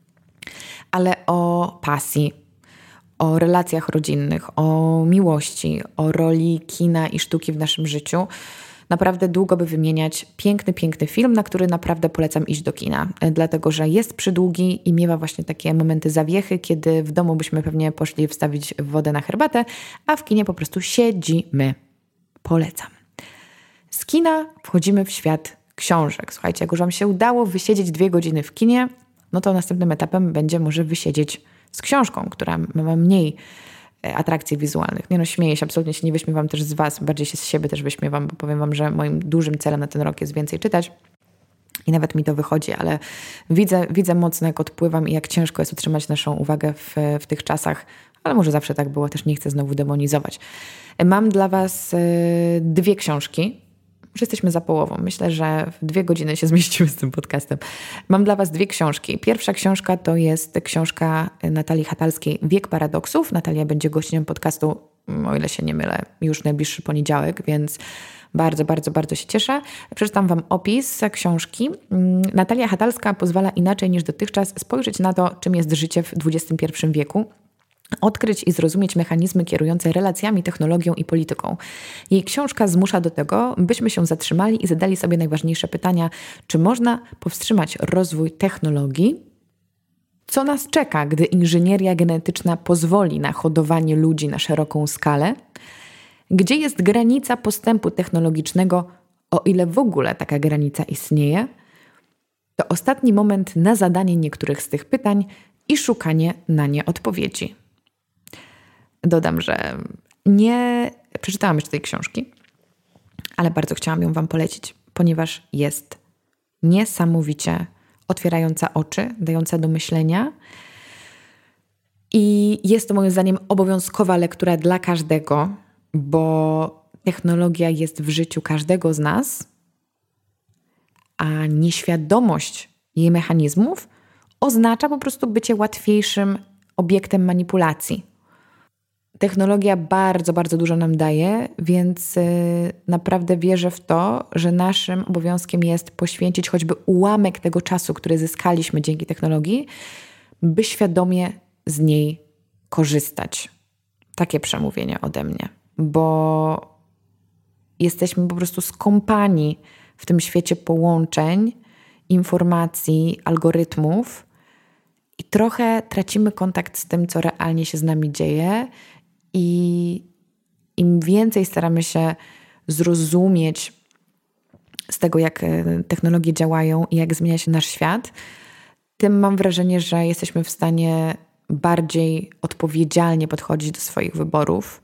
Ale o pasji, o relacjach rodzinnych, o miłości, o roli kina i sztuki w naszym życiu. Naprawdę długo by wymieniać. Piękny film, na który naprawdę polecam iść do kina. Dlatego, że jest przydługi i miewa właśnie takie momenty zawiechy, kiedy w domu byśmy pewnie poszli wstawić wodę na herbatę, a w kinie po prostu siedzimy. Polecam. Z kina wchodzimy w świat książek. Słuchajcie, jak już wam się udało wysiedzieć 2 godziny w kinie, no to następnym etapem będzie może wysiedzieć z książką, która ma mniej atrakcji wizualnych. Nie no, śmieję się, absolutnie się nie wyśmiewam też z Was, bardziej się z siebie też wyśmiewam, bo powiem Wam, że moim dużym celem na ten rok jest więcej czytać. I nawet mi to wychodzi, ale widzę mocno, jak odpływam i jak ciężko jest utrzymać naszą uwagę w tych czasach, ale może zawsze tak było, też nie chcę znowu demonizować. Mam dla Was 2 książki. Już jesteśmy za połową. Myślę, że w 2 godziny się zmieściły z tym podcastem. Mam dla Was 2 książki. Pierwsza książka to jest książka Natalii Hatalskiej Wiek Paradoksów. Natalia będzie gościem podcastu, o ile się nie mylę, już najbliższy poniedziałek, więc bardzo, bardzo, bardzo się cieszę. Przeczytam Wam opis książki. Natalia Hatalska pozwala inaczej niż dotychczas spojrzeć na to, czym jest życie w XXI wieku. Odkryć i zrozumieć mechanizmy kierujące relacjami, technologią i polityką. Jej książka zmusza do tego, byśmy się zatrzymali i zadali sobie najważniejsze pytania, czy można powstrzymać rozwój technologii? Co nas czeka, gdy inżynieria genetyczna pozwoli na hodowanie ludzi na szeroką skalę? Gdzie jest granica postępu technologicznego, o ile w ogóle taka granica istnieje? To ostatni moment na zadanie niektórych z tych pytań i szukanie na nie odpowiedzi. Dodam, że nie przeczytałam jeszcze tej książki, ale bardzo chciałam ją Wam polecić, ponieważ jest niesamowicie otwierająca oczy, dająca do myślenia i jest to moim zdaniem obowiązkowa lektura dla każdego, bo technologia jest w życiu każdego z nas, a nieświadomość jej mechanizmów oznacza po prostu bycie łatwiejszym obiektem manipulacji. Technologia bardzo, bardzo dużo nam daje, więc naprawdę wierzę w to, że naszym obowiązkiem jest poświęcić choćby ułamek tego czasu, który zyskaliśmy dzięki technologii, by świadomie z niej korzystać. Takie przemówienie ode mnie, bo jesteśmy po prostu skąpani w tym świecie połączeń, informacji, algorytmów i trochę tracimy kontakt z tym, co realnie się z nami dzieje. I im więcej staramy się zrozumieć z tego, jak technologie działają i jak zmienia się nasz świat, tym mam wrażenie, że jesteśmy w stanie bardziej odpowiedzialnie podchodzić do swoich wyborów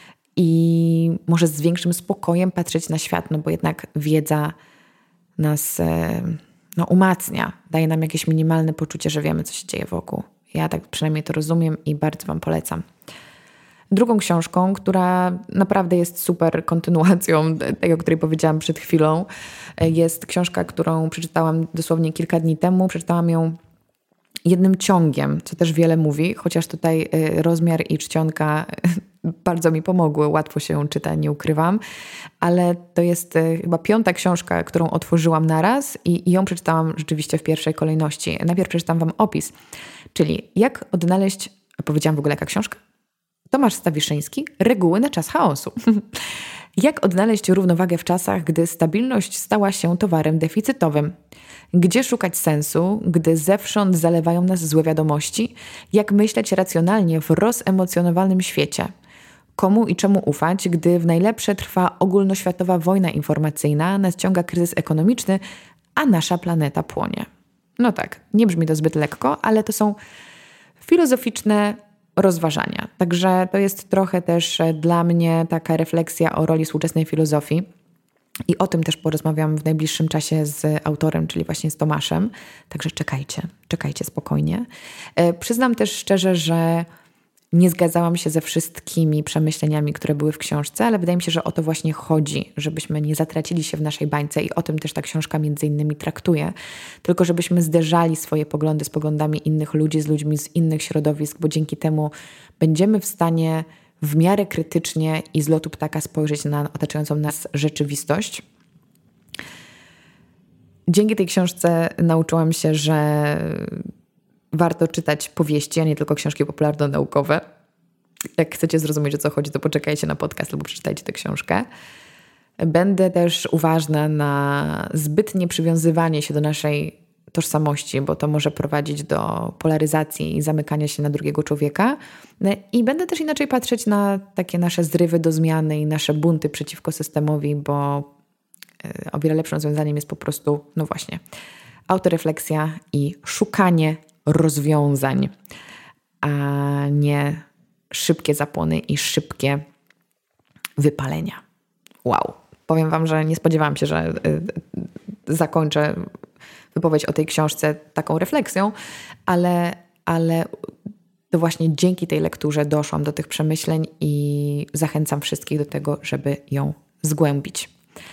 i może z większym spokojem patrzeć na świat, no bo jednak wiedza nas umacnia, daje nam jakieś minimalne poczucie, że wiemy, co się dzieje wokół. Ja tak przynajmniej to rozumiem i bardzo Wam polecam. Drugą książką, która naprawdę jest super kontynuacją tej, o której powiedziałam przed chwilą, jest książka, którą przeczytałam dosłownie kilka dni temu. Przeczytałam ją jednym ciągiem, co też wiele mówi, chociaż tutaj rozmiar i czcionka bardzo mi pomogły, łatwo się ją czyta, nie ukrywam, ale to jest chyba 5. książka, którą otworzyłam naraz i ją przeczytałam rzeczywiście w pierwszej kolejności. Najpierw przeczytam Wam opis, czyli jak odnaleźć, powiedziałam w ogóle jaka książka? Tomasz Stawiszyński, Reguły na czas chaosu. Jak odnaleźć równowagę w czasach, gdy stabilność stała się towarem deficytowym? Gdzie szukać sensu, gdy zewsząd zalewają nas złe wiadomości? Jak myśleć racjonalnie w rozemocjonowanym świecie? Komu i czemu ufać, gdy w najlepsze trwa ogólnoświatowa wojna informacyjna, nadciąga kryzys ekonomiczny, a nasza planeta płonie? No tak, nie brzmi to zbyt lekko, ale to są filozoficzne rozważania. Także to jest trochę też dla mnie taka refleksja o roli współczesnej filozofii i o tym też porozmawiam w najbliższym czasie z autorem, czyli właśnie z Tomaszem. Także czekajcie spokojnie. Przyznam też szczerze, że nie zgadzałam się ze wszystkimi przemyśleniami, które były w książce, ale wydaje mi się, że o to właśnie chodzi, żebyśmy nie zatracili się w naszej bańce i o tym też ta książka między innymi traktuje, tylko żebyśmy zderzali swoje poglądy z poglądami innych ludzi, z ludźmi z innych środowisk, bo dzięki temu będziemy w stanie w miarę krytycznie i z lotu ptaka spojrzeć na otaczającą nas rzeczywistość. Dzięki tej książce nauczyłam się, że warto czytać powieści, a nie tylko książki popularno-naukowe. Jak chcecie zrozumieć, o co chodzi, to poczekajcie na podcast albo przeczytajcie tę książkę. Będę też uważna na zbytnie przywiązywanie się do naszej tożsamości, bo to może prowadzić do polaryzacji i zamykania się na drugiego człowieka. I będę też inaczej patrzeć na takie nasze zrywy do zmiany i nasze bunty przeciwko systemowi, bo o wiele lepszym rozwiązaniem jest po prostu, no właśnie, autorefleksja i szukanie rozwiązań, a nie szybkie zapłony i szybkie wypalenia. Wow. Powiem Wam, że nie spodziewałam się, że zakończę wypowiedź o tej książce taką refleksją, ale to właśnie dzięki tej lekturze doszłam do tych przemyśleń i zachęcam wszystkich do tego, żeby ją zgłębić.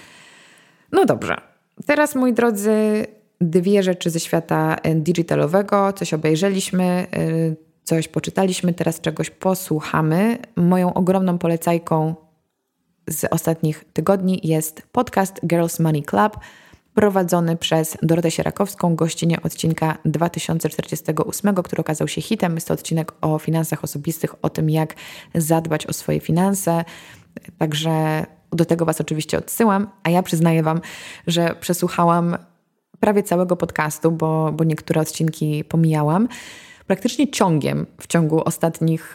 No dobrze. Teraz, moi drodzy, 2 rzeczy ze świata digitalowego. Coś obejrzeliśmy, coś poczytaliśmy, teraz czegoś posłuchamy. Moją ogromną polecajką z ostatnich tygodni jest podcast Girls Money Club, prowadzony przez Dorotę Sierakowską, gościnię odcinka 2048, który okazał się hitem. Jest to odcinek o finansach osobistych, o tym, jak zadbać o swoje finanse. Także do tego Was oczywiście odsyłam, a ja przyznaję Wam, że przesłuchałam prawie całego podcastu, bo niektóre odcinki pomijałam, praktycznie ciągiem w ciągu ostatnich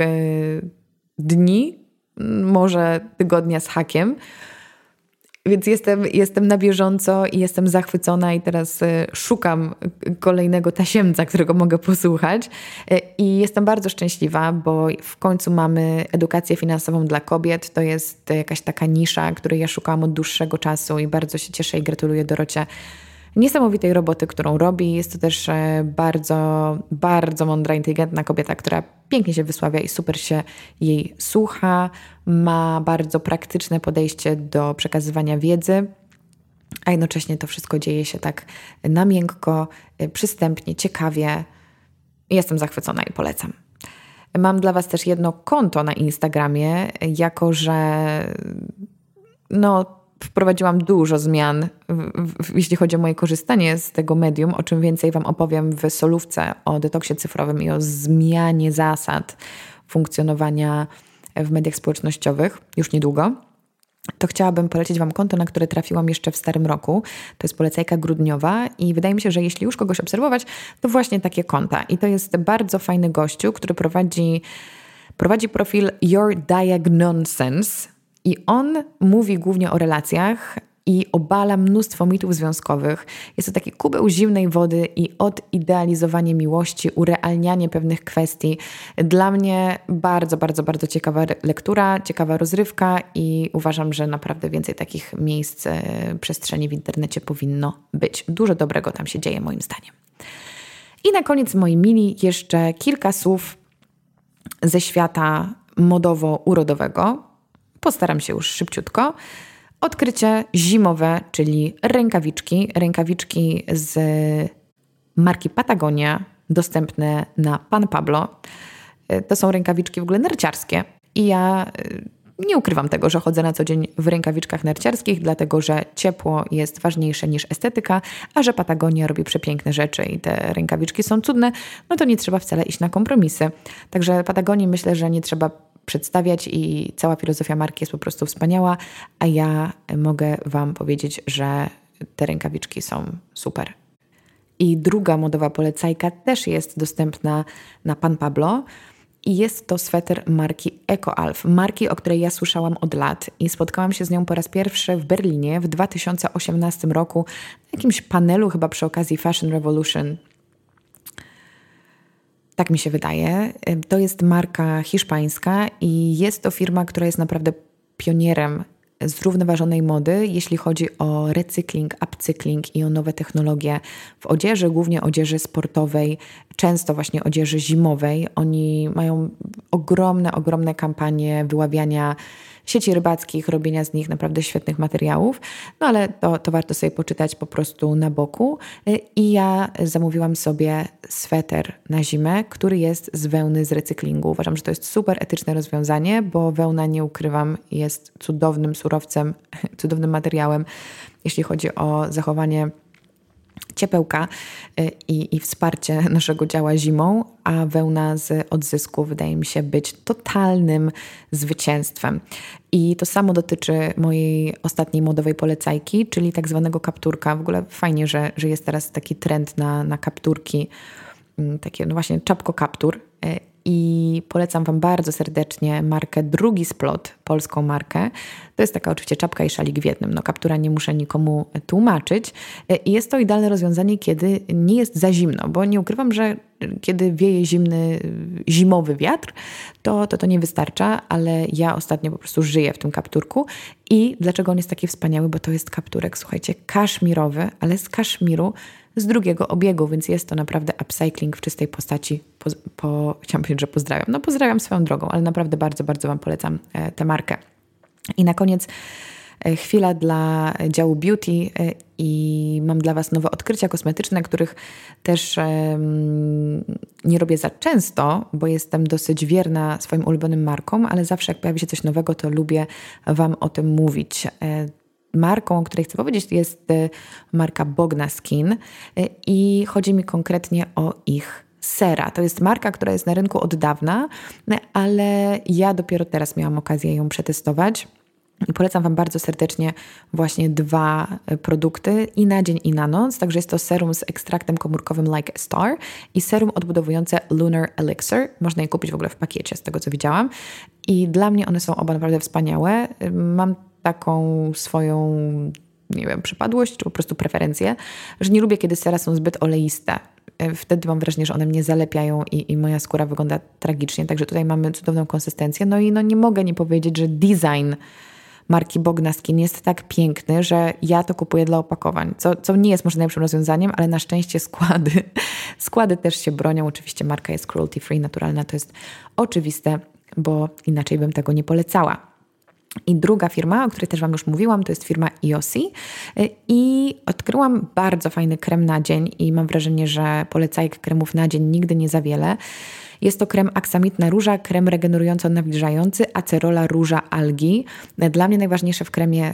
dni, może tygodnia z hakiem. Więc jestem na bieżąco i jestem zachwycona i teraz szukam kolejnego tasiemca, którego mogę posłuchać. I jestem bardzo szczęśliwa, bo w końcu mamy edukację finansową dla kobiet. To jest jakaś taka nisza, której ja szukałam od dłuższego czasu i bardzo się cieszę i gratuluję Dorocie niesamowitej roboty, którą robi. Jest to też bardzo, bardzo mądra, inteligentna kobieta, która pięknie się wysławia i super się jej słucha. Ma bardzo praktyczne podejście do przekazywania wiedzy, a jednocześnie to wszystko dzieje się tak na miękko, przystępnie, ciekawie. Jestem zachwycona i polecam. Mam dla Was też jedno konto na Instagramie, jako że wprowadziłam dużo zmian, jeśli chodzi o moje korzystanie z tego medium, o czym więcej Wam opowiem w solówce o detoksie cyfrowym i o zmianie zasad funkcjonowania w mediach społecznościowych już niedługo. To chciałabym polecić Wam konto, na które trafiłam jeszcze w starym roku. To jest polecajka grudniowa i wydaje mi się, że jeśli już kogoś obserwować, to właśnie takie konta. I to jest bardzo fajny gościu, który prowadzi profil Your Diagnonsense. I on mówi głównie o relacjach i obala mnóstwo mitów związkowych. Jest to taki kubeł zimnej wody i odidealizowanie miłości, urealnianie pewnych kwestii. Dla mnie bardzo, bardzo, bardzo ciekawa lektura, ciekawa rozrywka i uważam, że naprawdę więcej takich miejsc, przestrzeni w internecie powinno być. Dużo dobrego tam się dzieje, moim zdaniem. I na koniec, moi mili, jeszcze kilka słów ze świata modowo-urodowego. Postaram się już szybciutko. Odkrycie zimowe, czyli rękawiczki z marki Patagonia, dostępne na Pan Pablo. To są rękawiczki w ogóle narciarskie i ja nie ukrywam tego, że chodzę na co dzień w rękawiczkach narciarskich, dlatego że ciepło jest ważniejsze niż estetyka, a że Patagonia robi przepiękne rzeczy i te rękawiczki są cudne, no to nie trzeba wcale iść na kompromisy. Także Patagonii myślę, że nie trzeba przedstawiać i cała filozofia marki jest po prostu wspaniała, a ja mogę Wam powiedzieć, że te rękawiczki są super. I druga modowa polecajka też jest dostępna na Pan Pablo i jest to sweter marki EcoAlf, marki, o której ja słyszałam od lat i spotkałam się z nią po raz pierwszy w Berlinie w 2018 roku na jakimś panelu chyba przy okazji Fashion Revolution. Tak mi się wydaje. To jest marka hiszpańska i jest to firma, która jest naprawdę pionierem zrównoważonej mody, jeśli chodzi o recykling, upcykling i o nowe technologie w odzieży, głównie odzieży sportowej, często właśnie odzieży zimowej. Oni mają ogromne kampanie wyławiania sieci rybackich, robienia z nich naprawdę świetnych materiałów, no ale to warto sobie poczytać po prostu na boku. I ja zamówiłam sobie sweter na zimę, który jest z wełny z recyklingu. Uważam, że to jest super etyczne rozwiązanie, bo wełna, nie ukrywam, jest cudownym surowcem, cudownym materiałem, jeśli chodzi o zachowanie ciepełka i wsparcie naszego ciała zimą, a wełna z odzysku wydaje mi się być totalnym zwycięstwem. I to samo dotyczy mojej ostatniej modowej polecajki, czyli tak zwanego kapturka. W ogóle fajnie, że jest teraz taki trend na kapturki, takie no właśnie czapko-kaptur. I polecam Wam bardzo serdecznie markę Drugi Splot, polską markę. To jest taka oczywiście czapka i szalik w jednym. Kaptura nie muszę nikomu tłumaczyć. I jest to idealne rozwiązanie, kiedy nie jest za zimno, bo nie ukrywam, że kiedy wieje zimowy wiatr, to nie wystarcza, ale ja ostatnio po prostu żyję w tym kapturku. I dlaczego on jest taki wspaniały? Bo to jest kapturek, słuchajcie, kaszmirowy, ale z kaszmiru z drugiego obiegu, więc jest to naprawdę upcycling w czystej postaci. Chciałam powiedzieć, że pozdrawiam. Pozdrawiam swoją drogą, ale naprawdę bardzo, bardzo Wam polecam tę markę. I na koniec chwila dla działu beauty i mam dla Was nowe odkrycia kosmetyczne, których też nie robię za często, bo jestem dosyć wierna swoim ulubionym markom, ale zawsze jak pojawi się coś nowego, to lubię Wam o tym mówić. Marką, o której chcę powiedzieć, jest marka Bogna Skin i chodzi mi konkretnie o ich sera. To jest marka, która jest na rynku od dawna, ale ja dopiero teraz miałam okazję ją przetestować. I polecam Wam bardzo serdecznie właśnie 2 produkty i na dzień, i na noc. Także jest to serum z ekstraktem komórkowym Like a Star i serum odbudowujące Lunar Elixir. Można je kupić w ogóle w pakiecie, z tego co widziałam. I dla mnie one są oba naprawdę wspaniałe. Mam taką swoją, nie wiem, przypadłość, czy po prostu preferencję, że nie lubię, kiedy sera są zbyt oleiste. Wtedy mam wrażenie, że one mnie zalepiają i moja skóra wygląda tragicznie. Także tutaj mamy cudowną konsystencję. I nie mogę nie powiedzieć, że design marki Bogna Skin jest tak piękny, że ja to kupuję dla opakowań, co nie jest może najlepszym rozwiązaniem, ale na szczęście składy też się bronią. Oczywiście marka jest cruelty free, naturalna, to jest oczywiste, bo inaczej bym tego nie polecała. I druga firma, o której też Wam już mówiłam, to jest firma Iosi i odkryłam bardzo fajny krem na dzień i mam wrażenie, że polecajek kremów na dzień nigdy nie za wiele. Jest to krem aksamitna róża, krem regenerująco-nawilżający, acerola róża algi. Dla mnie najważniejsze w kremie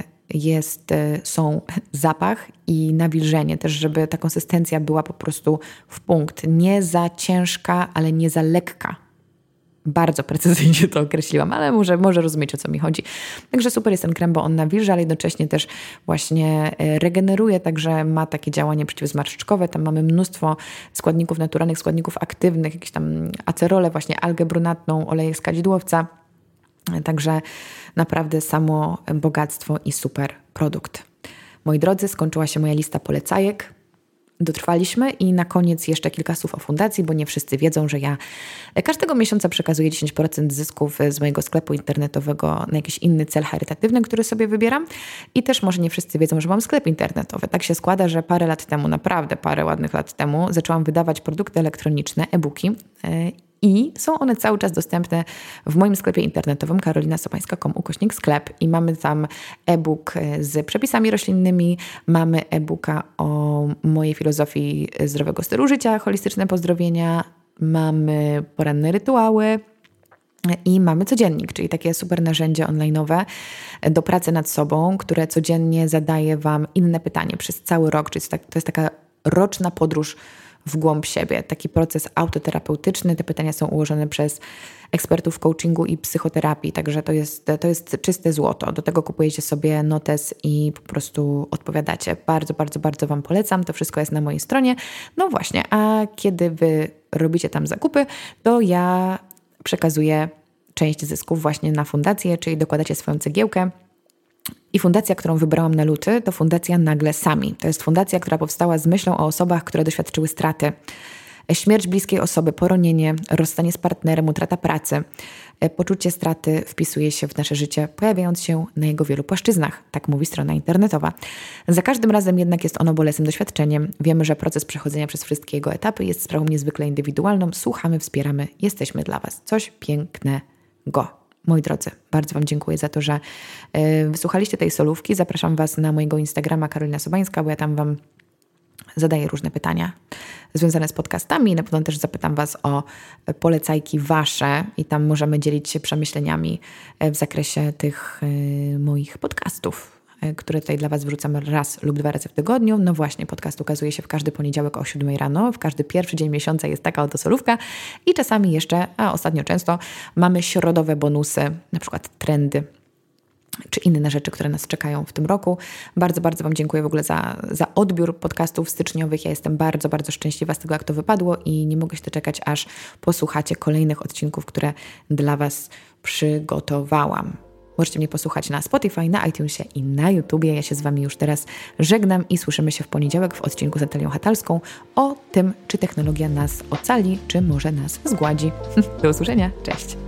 są zapach i nawilżenie, też żeby ta konsystencja była po prostu w punkt. Nie za ciężka, ale nie za lekka. Bardzo precyzyjnie to określiłam, ale może rozumieć, o co mi chodzi. Także super jest ten krem, bo on nawilża, ale jednocześnie też właśnie regeneruje, także ma takie działanie przeciwzmarszczkowe. Tam mamy mnóstwo składników naturalnych, składników aktywnych, jakieś tam acerole, właśnie algę brunatną, olejek z kadzidłowca. Także naprawdę samo bogactwo i super produkt. Moi drodzy, skończyła się moja lista polecajek. Dotrwaliśmy i na koniec jeszcze kilka słów o fundacji, bo nie wszyscy wiedzą, że ja każdego miesiąca przekazuję 10% zysków z mojego sklepu internetowego na jakiś inny cel charytatywny, który sobie wybieram. I też może nie wszyscy wiedzą, że mam sklep internetowy. Tak się składa, że naprawdę parę ładnych lat temu zaczęłam wydawać produkty elektroniczne, e-booki i są one cały czas dostępne w moim sklepie internetowym karolinasobańska.com/sklep i mamy tam e-book z przepisami roślinnymi, mamy e-booka o mojej filozofii zdrowego stylu życia, holistyczne pozdrowienia, mamy poranne rytuały i mamy codziennik, czyli takie super narzędzie online'owe do pracy nad sobą, które codziennie zadaje Wam inne pytanie przez cały rok, czyli to jest taka roczna podróż w głąb siebie. Taki proces autoterapeutyczny. Te pytania są ułożone przez ekspertów coachingu i psychoterapii, także to jest czyste złoto. Do tego kupujecie sobie notes i po prostu odpowiadacie. Bardzo, bardzo, bardzo Wam polecam. To wszystko jest na mojej stronie. No właśnie, a kiedy Wy robicie tam zakupy, to ja przekazuję część zysków właśnie na fundację, czyli dokładacie swoją cegiełkę. I fundacja, którą wybrałam na luty, to fundacja Nagle Sami. To jest fundacja, która powstała z myślą o osobach, które doświadczyły straty. Śmierć bliskiej osoby, poronienie, rozstanie z partnerem, utrata pracy. Poczucie straty wpisuje się w nasze życie, pojawiając się na jego wielu płaszczyznach, tak mówi strona internetowa. Za każdym razem jednak jest ono bolesnym doświadczeniem. Wiemy, że proces przechodzenia przez wszystkie jego etapy jest sprawą niezwykle indywidualną. Słuchamy, wspieramy, jesteśmy dla Was. Coś pięknego. Moi drodzy, bardzo Wam dziękuję za to, że wysłuchaliście tej solówki. Zapraszam Was na mojego Instagrama Karolina Sobańska, bo ja tam Wam zadaję różne pytania związane z podcastami. Na pewno też zapytam Was o polecajki Wasze i tam możemy dzielić się przemyśleniami w zakresie tych moich podcastów, które tutaj dla Was wrzucam raz lub 2 razy w tygodniu. No właśnie, podcast ukazuje się w każdy poniedziałek o 7 rano. W każdy pierwszy dzień miesiąca jest taka oto solówka. I czasami jeszcze, a ostatnio często, mamy środowe bonusy, na przykład trendy czy inne rzeczy, które nas czekają w tym roku. Bardzo, bardzo Wam dziękuję w ogóle za odbiór podcastów styczniowych. Ja jestem bardzo, bardzo szczęśliwa z tego, jak to wypadło i nie mogę się doczekać, aż posłuchacie kolejnych odcinków, które dla Was przygotowałam. Możecie mnie posłuchać na Spotify, na iTunesie i na YouTubie. Ja się z Wami już teraz żegnam i słyszymy się w poniedziałek w odcinku z Natalią Hatalską o tym, czy technologia nas ocali, czy może nas zgładzi. Do usłyszenia. Cześć!